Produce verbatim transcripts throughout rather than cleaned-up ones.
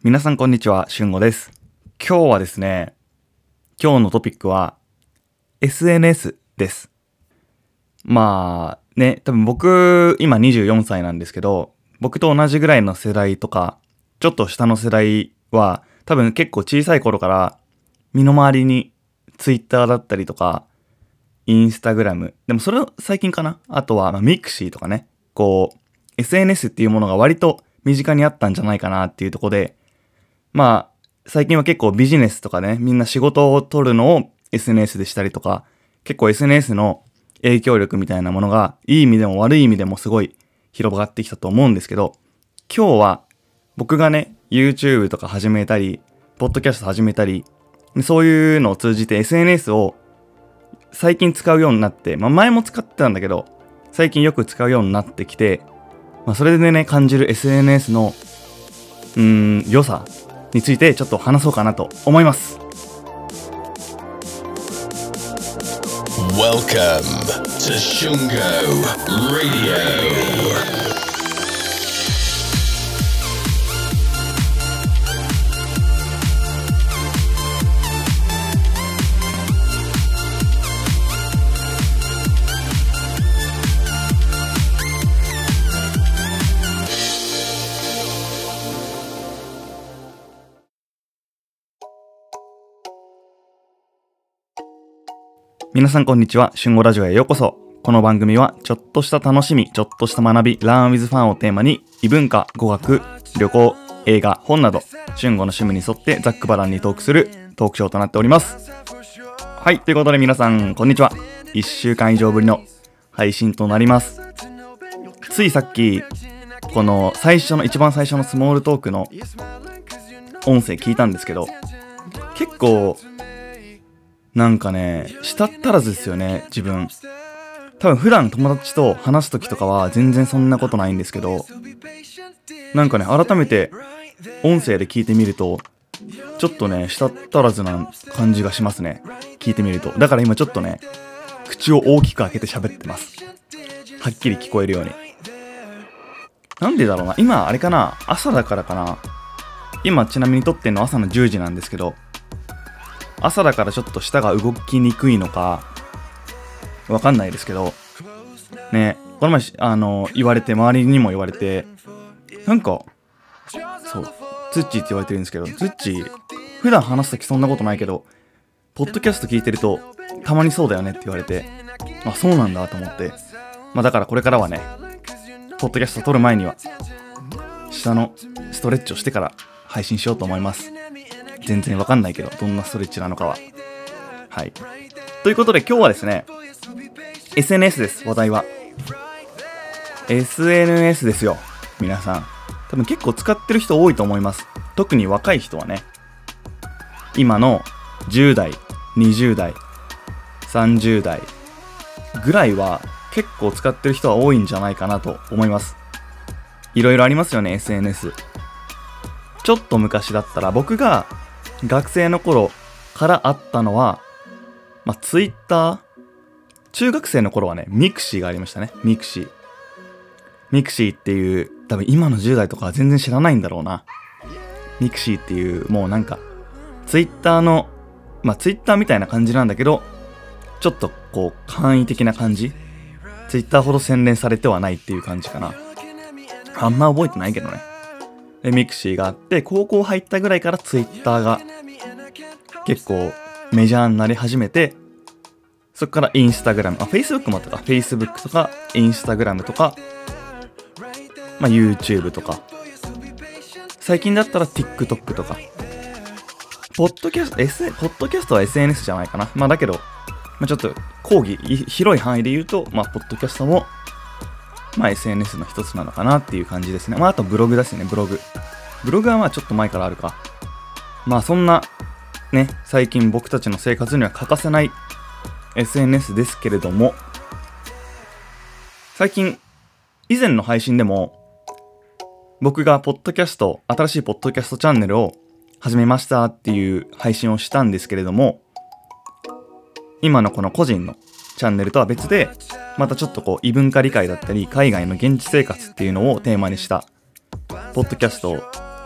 皆さんこんにちは、しゅんごです。今日はですね、今日のトピックは エスエヌエス です。まあね、多分僕今にじゅうよんさいなんですけど、僕と同じぐらいの世代とかちょっと下の世代は多分結構小さい頃から身の回りに Twitter だったりとか Instagram、 でもそれは最近かな、あとはまあ Mixi とかね、こう エスエヌエス っていうものが割と身近にあったんじゃないかなっていうところで、まあ最近は結構ビジネスとかね、みんな仕事を取るのを エスエヌエス でしたりとか、結構 エスエヌエス の影響力みたいなものがいい意味でも悪い意味でもすごい広がってきたと思うんですけど、今日は僕がね YouTube とか始めたりポッドキャスト始めたり、そういうのを通じて エスエヌエス を最近使うようになって、まあ前も使ってたんだけど最近よく使うようになってきて、まあそれでね感じる エスエヌエス のうーん良さについてちょっと話そうかなと思います。 Welcome to Shungo Radio. 皆さんこんにちは、春語ラジオへようこそ。この番組はちょっとした楽しみ、ちょっとした学び、Learn with Funをテーマに異文化、語学、旅行、映画、本など春語の趣味に沿ってざっくばらんにトークするトークショーとなっております。はい、ということで皆さんこんにちは。いっしゅうかん以上ぶりの配信となります。ついさっきこの最初の一番最初のスモールトークの音声聞いたんですけど、結構なんかね、舌足らずですよね、自分。多分普段友達と話す時とかは全然そんなことないんですけど、なんかね、改めて音声で聞いてみると、ちょっとね、舌足らずな感じがしますね。聞いてみると。だから今ちょっとね、口を大きく開けて喋ってます。はっきり聞こえるように。なんでだろうな、今あれかな、朝だからかな。今ちなみに撮ってんの朝のじゅうじなんですけど、朝だからちょっと舌が動きにくいのかわかんないですけどね、この前あの言われて、周りにも言われて、なんかそうツッチーって言われてるんですけど、ツッチー普段話すときそんなことないけどポッドキャスト聞いてるとたまにそうだよねって言われて、あ、そうなんだと思って、まあだからこれからはね、ポッドキャスト撮る前には舌のストレッチをしてから配信しようと思います。全然わかんないけど、どんなストレッチなのかは。はい。ということで今日はですね、エスエヌエス です、話題は。エスエヌエス ですよ、皆さん。多分結構使ってる人多いと思います。特に若い人はね。今のじゅう代、にじゅう代、さんじゅう代ぐらいは結構使ってる人は多いんじゃないかなと思います。いろいろありますよね、エスエヌエス。ちょっと昔だったら、僕が学生の頃からあったのは、まあ、ツイッター、中学生の頃はね、ミクシーがありましたね。ミクシー。ミクシーっていう、多分今のじゅう代とかは全然知らないんだろうな。ミクシーっていう、もうなんか、ツイッターの、まあ、ツイッターみたいな感じなんだけど、ちょっとこう、簡易的な感じ。ツイッターほど洗練されてはないっていう感じかな。あんま覚えてないけどね。でミクシーがあって、高校入ったぐらいからツイッターが結構メジャーになり始めて、そっからインスタグラム、あ、フェイスブックもあったか、フェイスブックとかインスタグラムとか、まあ YouTube とか、最近だったら TikTok とか、ポッドキャスト、S、ポッドキャストは エスエヌエス じゃないかな。まあだけど、まあ、ちょっと講義広い範囲で言うと、まあポッドキャストもまあ エスエヌエス の一つなのかなっていう感じですね。まああとブログですね、ブログ。ブログはまあちょっと前からあるか。まあそんなね、最近僕たちの生活には欠かせない エスエヌエス ですけれども、最近以前の配信でも僕がポッドキャスト、新しいポッドキャストチャンネルを始めましたっていう配信をしたんですけれども、今のこの個人のチャンネルとは別で、またちょっとこう異文化理解だったり海外の現地生活っていうのをテーマにしたポッドキャストを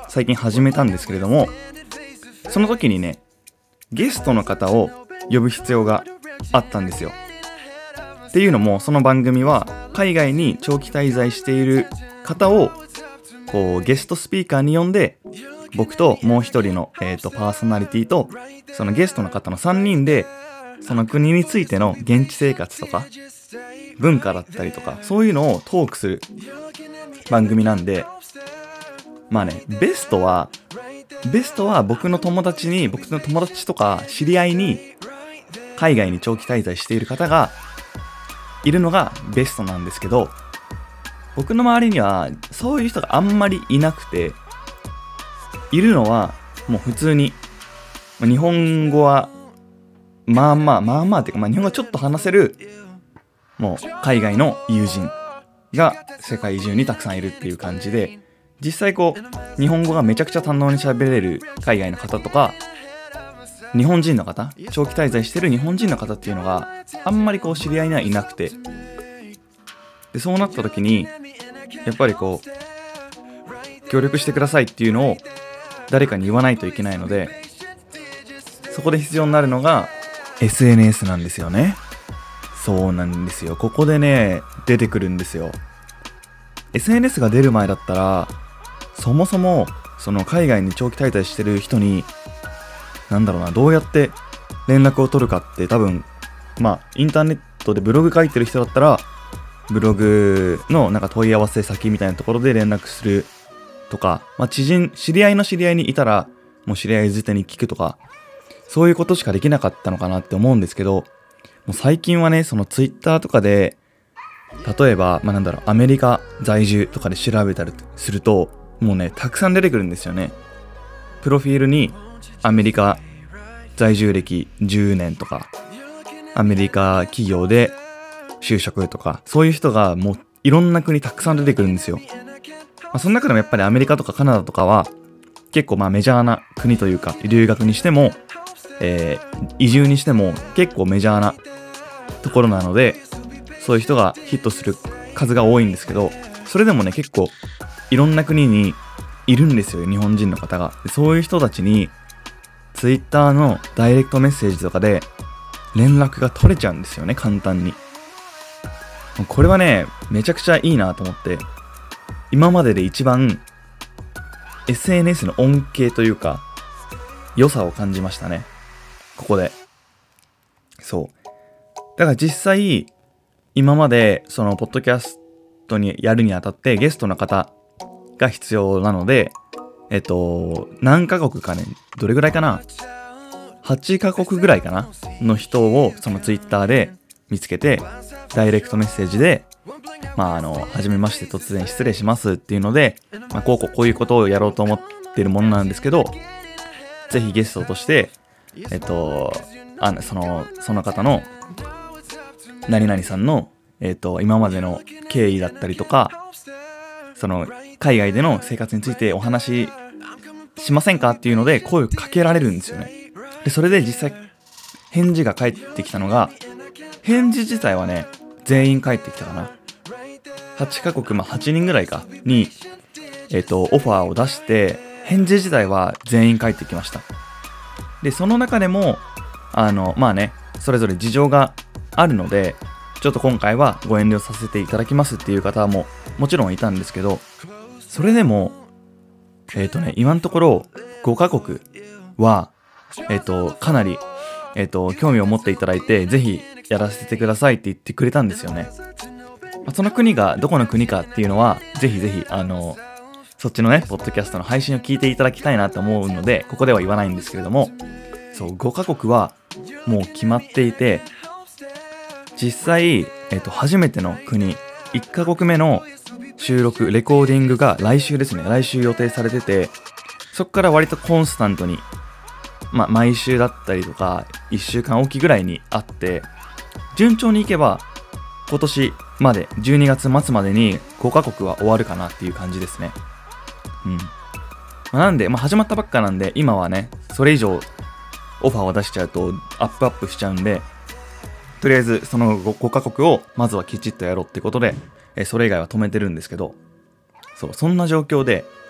最近始めたんですけれども、その時にねゲストの方を呼ぶ必要があったんですよ。っていうのも、その番組は海外に長期滞在している方をこうゲストスピーカーに呼んで、僕ともう一人の、えーと、パーソナリティとそのゲストの方のさんにんでその国についての現地生活とか文化だったりとか、そういうのをトークする番組なんで、まあね、ベストはベストは僕の友達に僕の友達とか知り合いに海外に長期滞在している方がいるのがベストなんですけど、僕の周りにはそういう人があんまりいなくて、いるのはもう普通に日本語はまあまあまあまあっていうか、まあ日本語ちょっと話せるもう海外の友人が世界中にたくさんいるっていう感じで、実際こう日本語がめちゃくちゃ堪能に喋れる海外の方とか、日本人の方、長期滞在してる日本人の方っていうのがあんまりこう知り合いにはいなくて、でそうなった時にやっぱりこう協力してくださいっていうのを誰かに言わないといけないので、そこで必要になるのが エスエヌエス なんですよね。そうなんですよ。ここでね出てくるんですよ。 エスエヌエス が出る前だったら、そもそもその海外に長期滞在してる人になんだろうな、どうやって連絡を取るかって、多分まあインターネットでブログ書いてる人だったらブログのなんか問い合わせ先みたいなところで連絡するとか、まあ知人知り合いの知り合いにいたらもう知り合いづてに聞くとか、そういうことしかできなかったのかなって思うんですけど、もう最近はね、そのツイッターとかで例えばまあなんだろうアメリカ在住とかで調べたりすると、もうねたくさん出てくるんですよね。プロフィールにアメリカ在住歴じゅうねんとか、アメリカ企業で就職とか、そういう人がもういろんな国たくさん出てくるんですよ。まあ、その中でもやっぱりアメリカとかカナダとかは結構まあメジャーな国というか、留学にしても、えー、移住にしても結構メジャーなところなので、そういう人がヒットする数が多いんですけど、それでもね結構いろんな国にいるんですよ、日本人の方が。でそういう人たちにツイッターのダイレクトメッセージとかで連絡が取れちゃうんですよね、簡単に。これはねめちゃくちゃいいなと思って、今までで一番 エスエヌエス の恩恵というか良さを感じましたね、ここで。そうだから実際今までそのポッドキャストにやるにあたってゲストの方が必要なので、えっと何カ国かね、どれぐらいかな、はちカ国ぐらいかなの人をそのツイッターで見つけて、ダイレクトメッセージでまああの初めまして突然失礼しますっていうので、まあ、こうこうこういうことをやろうと思ってるものなんですけど、ぜひゲストとしてえっとあのそのその方の何々さんのえっと今までの経緯だったりとか、その海外での生活についてお話ししませんかっていうので声をかけられるんですよね。でそれで実際返事が返ってきたのが、返事自体はね全員返ってきたかな、はちカ国、まあはちにんぐらいかにえっとオファーを出して、返事自体は全員返ってきました。でその中でもあのまあねそれぞれ事情があるので、ちょっと今回はご遠慮させていただきますっていう方ももちろんいたんですけど、それでもえっとね今のところごカ国はえっとかなりえっと興味を持っていただいて、ぜひやらせてくださいって言ってくれたんですよね。その国がどこの国かっていうのはぜひぜひあのそっちのねポッドキャストの配信を聞いていただきたいなと思うので、ここでは言わないんですけれども、そうごカ国はもう決まっていて、実際、えっと、初めての国いっカ国目の収録レコーディングが来週ですね、来週予定されてて、そこから割とコンスタントにまあ毎週だったりとかいっしゅうかんおきぐらいにあって、順調にいけば今年までじゅうにがつ末までにごカ国は終わるかなっていう感じですね。うん、まあ、なんで、まあ、始まったばっかなんで今はねそれ以上オファーを出しちゃうとアップアップしちゃうんで、とりあえずその 5, ごカ国をまずはきちっとやろうってことで、えそれ以外は止めてるんですけど、そうそんな状況で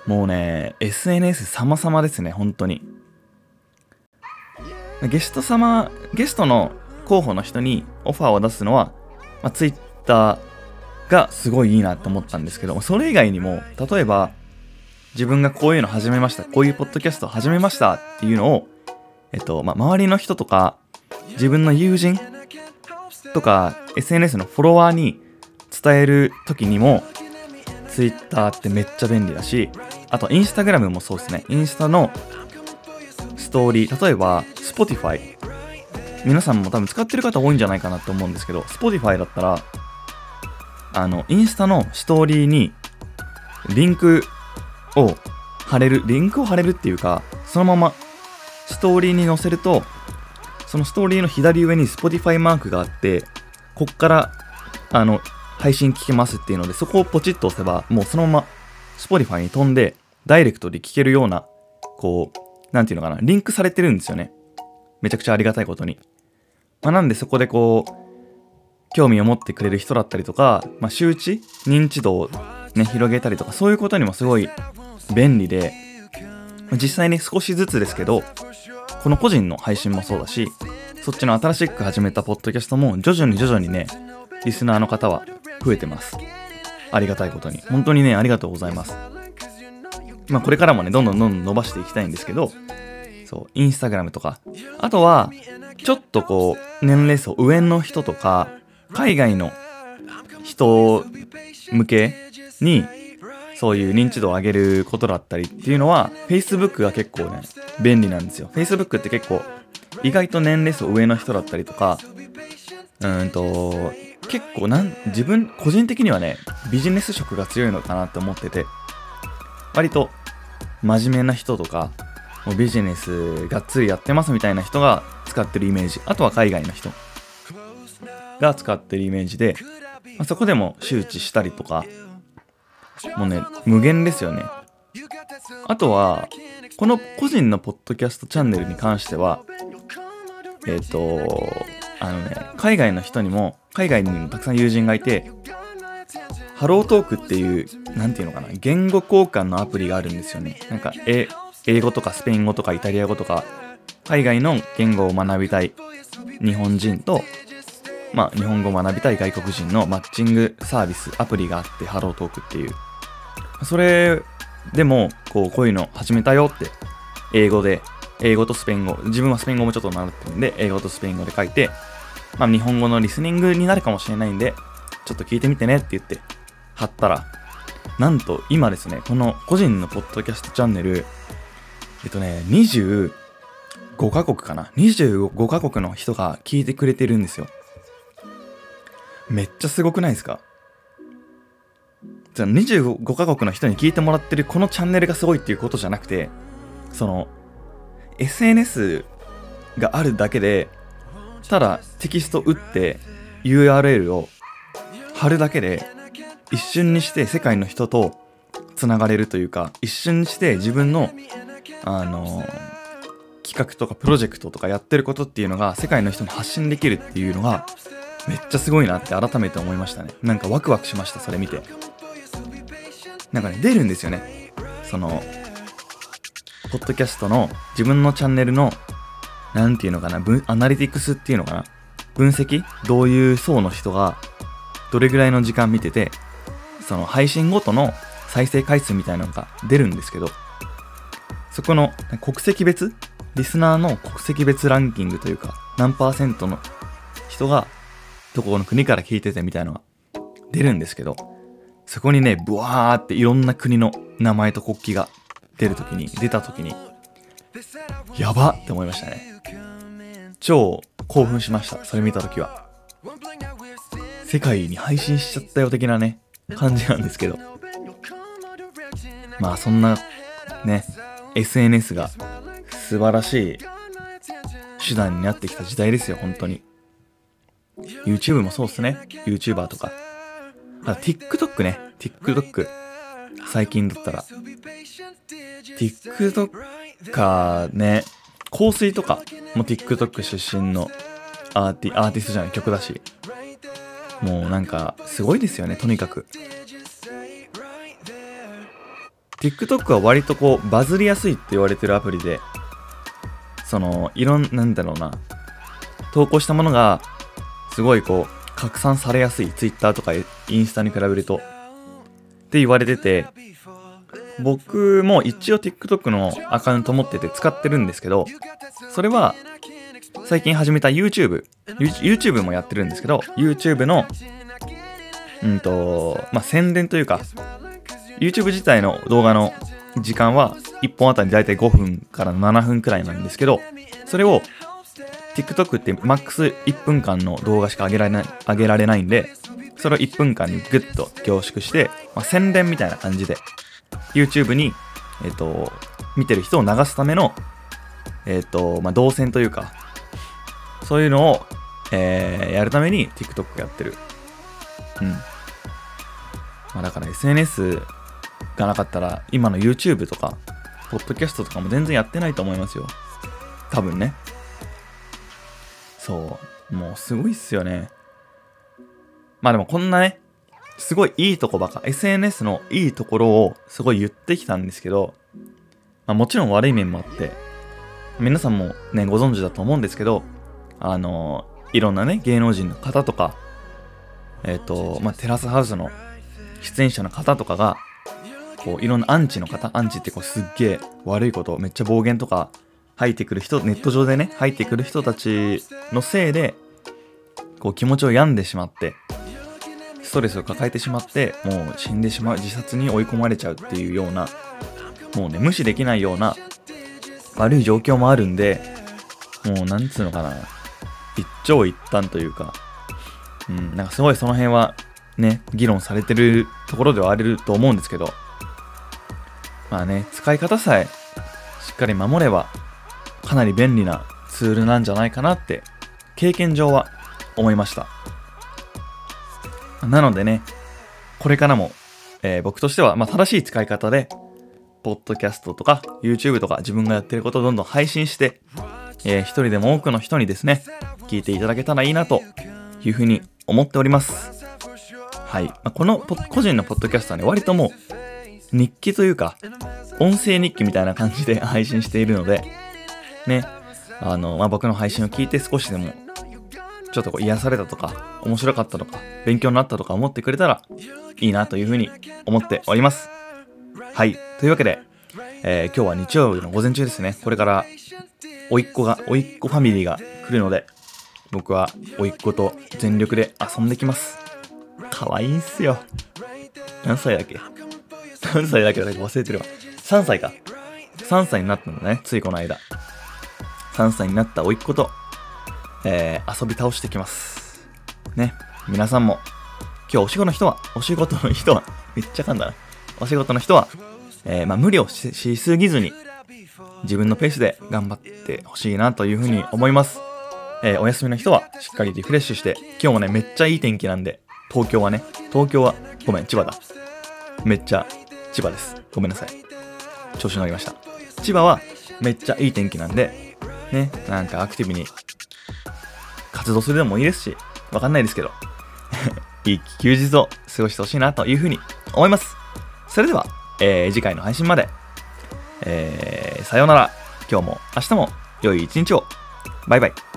もうね エスエヌエス 様々ですね。本当にゲスト様ゲストの候補の人にオファーを出すのは、まあ、Twitter がすごいいいなと思ったんですけど、それ以外にも例えば自分がこういうの始めました、こういうポッドキャストを始めましたっていうのを、えっとまあ、周りの人とか自分の友人とか エスエヌエス のフォロワーに伝える時にも Twitter ってめっちゃ便利だし、あと Instagram もそうですね。インスタのストーリー、例えば Spotify、 皆さんも多分使ってる方多いんじゃないかなと思うんですけど、 Spotify だったらあのインスタのストーリーにリンクを貼れるリンクを貼れるっていうか、そのままストーリーに載せると、そのストーリーの左上に Spotify マークがあって、こっからあの配信聞けますっていうので、そこをポチッと押せばもうそのまま Spotify に飛んでダイレクトで聞けるような、こうなんていうのかな、リンクされてるんですよね。めちゃくちゃありがたいことに。まあ、なんでそこでこう興味を持ってくれる人だったりとか、まあ、周知認知度をね広げたりとか、そういうことにもすごい便利で、実際に少しずつですけど、この個人の配信もそうだし、そっちの新しく始めたポッドキャストも徐々に徐々にね、リスナーの方は増えてます。ありがたいことに。本当にね、ありがとうございます。まあこれからもね、どんどんどんどん伸ばしていきたいんですけど、そう、インスタグラムとか、あとは、ちょっとこう、年齢層上の人とか、海外の人向けに、そういう認知度を上げることだったりっていうのは Facebook が結構ね便利なんですよ。 Facebook って結構意外と年齢層上の人だったりとか、うーんと結構なん自分個人的にはねビジネス色が強いのかなって思ってて、割と真面目な人とかもうビジネスがっつりやってますみたいな人が使ってるイメージ、あとは海外の人が使ってるイメージで、まあ、そこでも周知したりとか、もうね無限ですよね。あとはこの個人のポッドキャストチャンネルに関しては、えっとあのね海外の人にも海外にもたくさん友人がいて、ハロートークっていうなんていうのかな、言語交換のアプリがあるんですよね。なんかえ英語とかスペイン語とかイタリア語とか海外の言語を学びたい日本人と、まあ日本語を学びたい外国人のマッチングサービスアプリがあって、ハロートークっていう、それでもこうこういうの始めたよって英語で、英語とスペイン語、自分はスペイン語もちょっと習ってるんで英語とスペイン語で書いて、まあ日本語のリスニングになるかもしれないんでちょっと聞いてみてねって言って貼ったら、なんと今ですね、この個人のポッドキャストチャンネル、えっとねにじゅうごカ国かな、にじゅうごカ国の人が聞いてくれてるんですよ。めっちゃすごくないですか？にじゅうごカ国の人に聞いてもらってるこのチャンネルがすごいっていうことじゃなくて、その エスエヌエス があるだけで、ただテキスト打って ユーアールエル を貼るだけで一瞬にして世界の人とつながれるというか、一瞬にして自分のあの企画とかプロジェクトとかやってることっていうのが世界の人に発信できるっていうのがめっちゃすごいなって改めて思いましたね。なんかワクワクしました、それ見て。なんかね出るんですよね、そのポッドキャストの自分のチャンネルのなんていうのかな、アナリティクスっていうのかな、分析、どういう層の人がどれぐらいの時間見てて、その配信ごとの再生回数みたいなのが出るんですけど、そこの国籍別、リスナーの国籍別ランキングというか、何パーセントの人がどこの国から聞いててみたいなのが出るんですけど、そこにねブワーっていろんな国の名前と国旗が出るときに出たときにやばって思いましたね。超興奮しました、それ見たときは。世界に配信しちゃったよ的なね感じなんですけど、まあそんなね エスエヌエス が素晴らしい手段になってきた時代ですよ、本当に。 YouTube もそうっすね、 YouTuber とか、あ TikTok ね、 TikTok 最近だったら TikToker ね、香水とかも TikTok 出身のアーティ、アーティストじゃない、曲だし、もうなんかすごいですよね。とにかく TikTok は割とこうバズりやすいって言われてるアプリで、そのいろんなんだろうな、投稿したものがすごいこう拡散されやすい、 Twitter とかインスタに比べるとって言われてて、僕も一応 TikTok のアカウント持ってて使ってるんですけど、それは最近始めた YouTube YouTube もやってるんですけど、 YouTube のうんとまあ宣伝というか、 YouTube 自体の動画の時間はいっぽんあたりだいたいごふんからななふんくらいなんですけど、それを TikTok ってマックスいっぷんかんの動画しか上げられない、上げられないんで、それをいっぷんかんにグッと凝縮して、まあ、宣伝みたいな感じで YouTube に、えっと、見てる人を流すための、えっと、まあ、動線というか、そういうのを、えー、やるために TikTok やってる。うん。まあ、だから エスエヌエス がなかったら、今の YouTube とか、ポッドキャストとかも全然やってないと思いますよ。多分ね。そう。もうすごいっすよね。まあでもこんなね、すごいいいとこばか、エスエヌエス のいいところをすごい言ってきたんですけど、まあ、もちろん悪い面もあって、皆さんもね、ご存知だと思うんですけど、あのー、いろんなね、芸能人の方とか、えっと、まあ、テラスハウスの出演者の方とかが、こう、いろんなアンチの方、アンチってこう、すっげえ悪いこと、めっちゃ暴言とか吐いてくる人、ネット上でね、吐いてくる人たちのせいで、こう、気持ちを病んでしまって、ストレスを抱えてしまって、もう死んでしまう、自殺に追い込まれちゃうっていうような、もうね、無視できないような悪い状況もあるんで、もうなんつうのかな、一長一短というか、うん、なんかすごいその辺はね、議論されてるところではあると思うんですけど、まあね、使い方さえしっかり守れば、かなり便利なツールなんじゃないかなって、経験上は思いました。なのでね、これからも、えー、僕としては、まあ、正しい使い方で、ポッドキャストとか YouTube とか自分がやってることをどんどん配信して、えー、一人でも多くの人にですね、聞いていただけたらいいなというふうに思っております。はい。まあ、この個人のポッドキャストはね、割ともう日記というか、音声日記みたいな感じで配信しているので、ね、あの、まあ、僕の配信を聞いて少しでもちょっとこう癒されたとか、面白かったとか、勉強になったとか思ってくれたらいいなというふうに思っております。はい。というわけで、えー、今日は日曜日の午前中ですね。これから、おいっ子が、おいっ子ファミリーが来るので、僕はおいっ子と全力で遊んできます。かわいいんすよ。何歳だっけ何歳だっけだか忘れてるわ。さんさいか。さんさいになったんだね。ついこの間。さんさいになったおいっ子と、えー、遊び倒してきます。ね。皆さんも、今日お仕事の人は、お仕事の人は、めっちゃ噛んだな。お仕事の人は、えー、まあ無理を し, しすぎずに、自分のペースで頑張ってほしいなというふうに思います。えー、お休みの人は、しっかりリフレッシュして、今日もね、めっちゃいい天気なんで、東京はね、東京は、ごめん、千葉だ。めっちゃ、千葉です。ごめんなさい。調子乗りました。千葉は、めっちゃいい天気なんで、ね、なんかアクティブに、活動するでもいいですし、わかんないですけど、いい休日を過ごしてほしいなというふうに思います。それでは、えー、次回の配信まで、えー、さようなら。今日も明日も良い一日を。バイバイ。